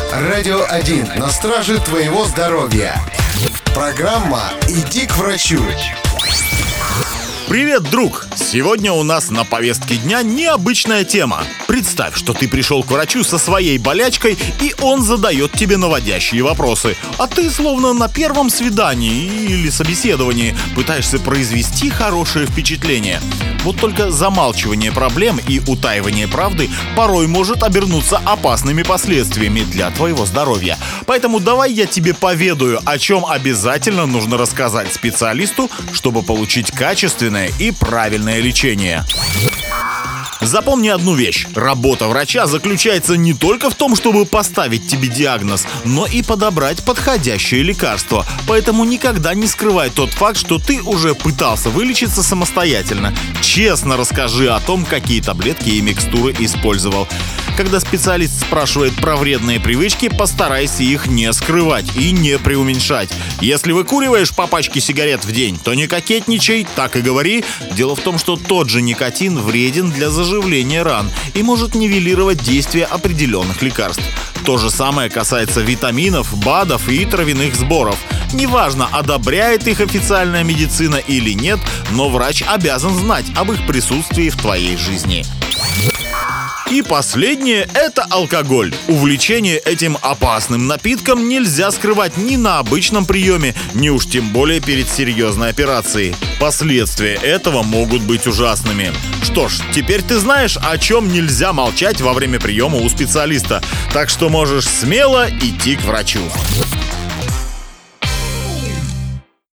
Радио 1 на страже твоего здоровья. Программа «Иди к врачу». Привет, друг! Сегодня у нас на повестке дня необычная тема. Представь, что ты пришел к врачу со своей болячкой, и он задает тебе наводящие вопросы. А ты словно на первом свидании или собеседовании пытаешься произвести хорошее впечатление. Вот только замалчивание проблем и утаивание правды порой может обернуться опасными последствиями для твоего здоровья. Поэтому давай я тебе поведаю, о чем обязательно нужно рассказать специалисту, чтобы получить качественное и правильное лечение. Запомни одну вещь. Работа врача заключается не только в том, чтобы поставить тебе диагноз, но и подобрать подходящее лекарство. Поэтому никогда не скрывай тот факт, что ты уже пытался вылечиться самостоятельно. Честно расскажи о том, какие таблетки и микстуры использовал. Когда специалист спрашивает про вредные привычки, постарайся их не скрывать и не преуменьшать. Если выкуриваешь по пачке сигарет в день, то не кокетничай, так и говори. Дело в том, что тот же никотин вреден для заживления ран и может нивелировать действие определенных лекарств. То же самое касается витаминов, БАДов и травяных сборов. Неважно, одобряет их официальная медицина или нет, но врач обязан знать об их присутствии в твоей жизни. И последнее – это алкоголь. Увлечение этим опасным напитком нельзя скрывать ни на обычном приеме, ни уж тем более перед серьезной операцией. Последствия этого могут быть ужасными. Что ж, теперь ты знаешь, о чем нельзя молчать во время приема у специалиста. Так что можешь смело идти к врачу.